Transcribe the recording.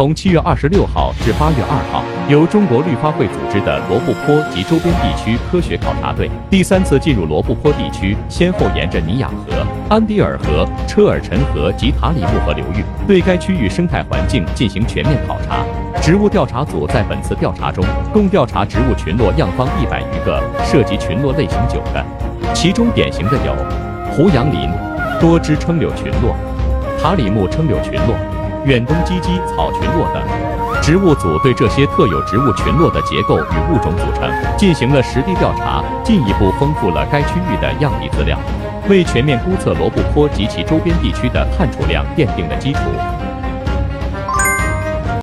从7月26号至8月2号，由中国绿发会组织的罗布泊及周边地区科学考察队第3次进入罗布泊地区，先后沿着尼亚河、安迪尔河、车尔陈河及塔里木河流域，对该区域生态环境进行全面考察。植物调查组在本次调查中，共调查植物群落样方100余个，涉及群落类型9个，其中典型的有胡杨林、多枝春柳群落、塔里木春柳群落、远东鸡鸡草群落等。植物组对这些特有植物群落的结构与物种组成进行了实地调查，进一步丰富了该区域的样地资料，为全面估测罗布泊及其周边地区的碳储量奠定了基础。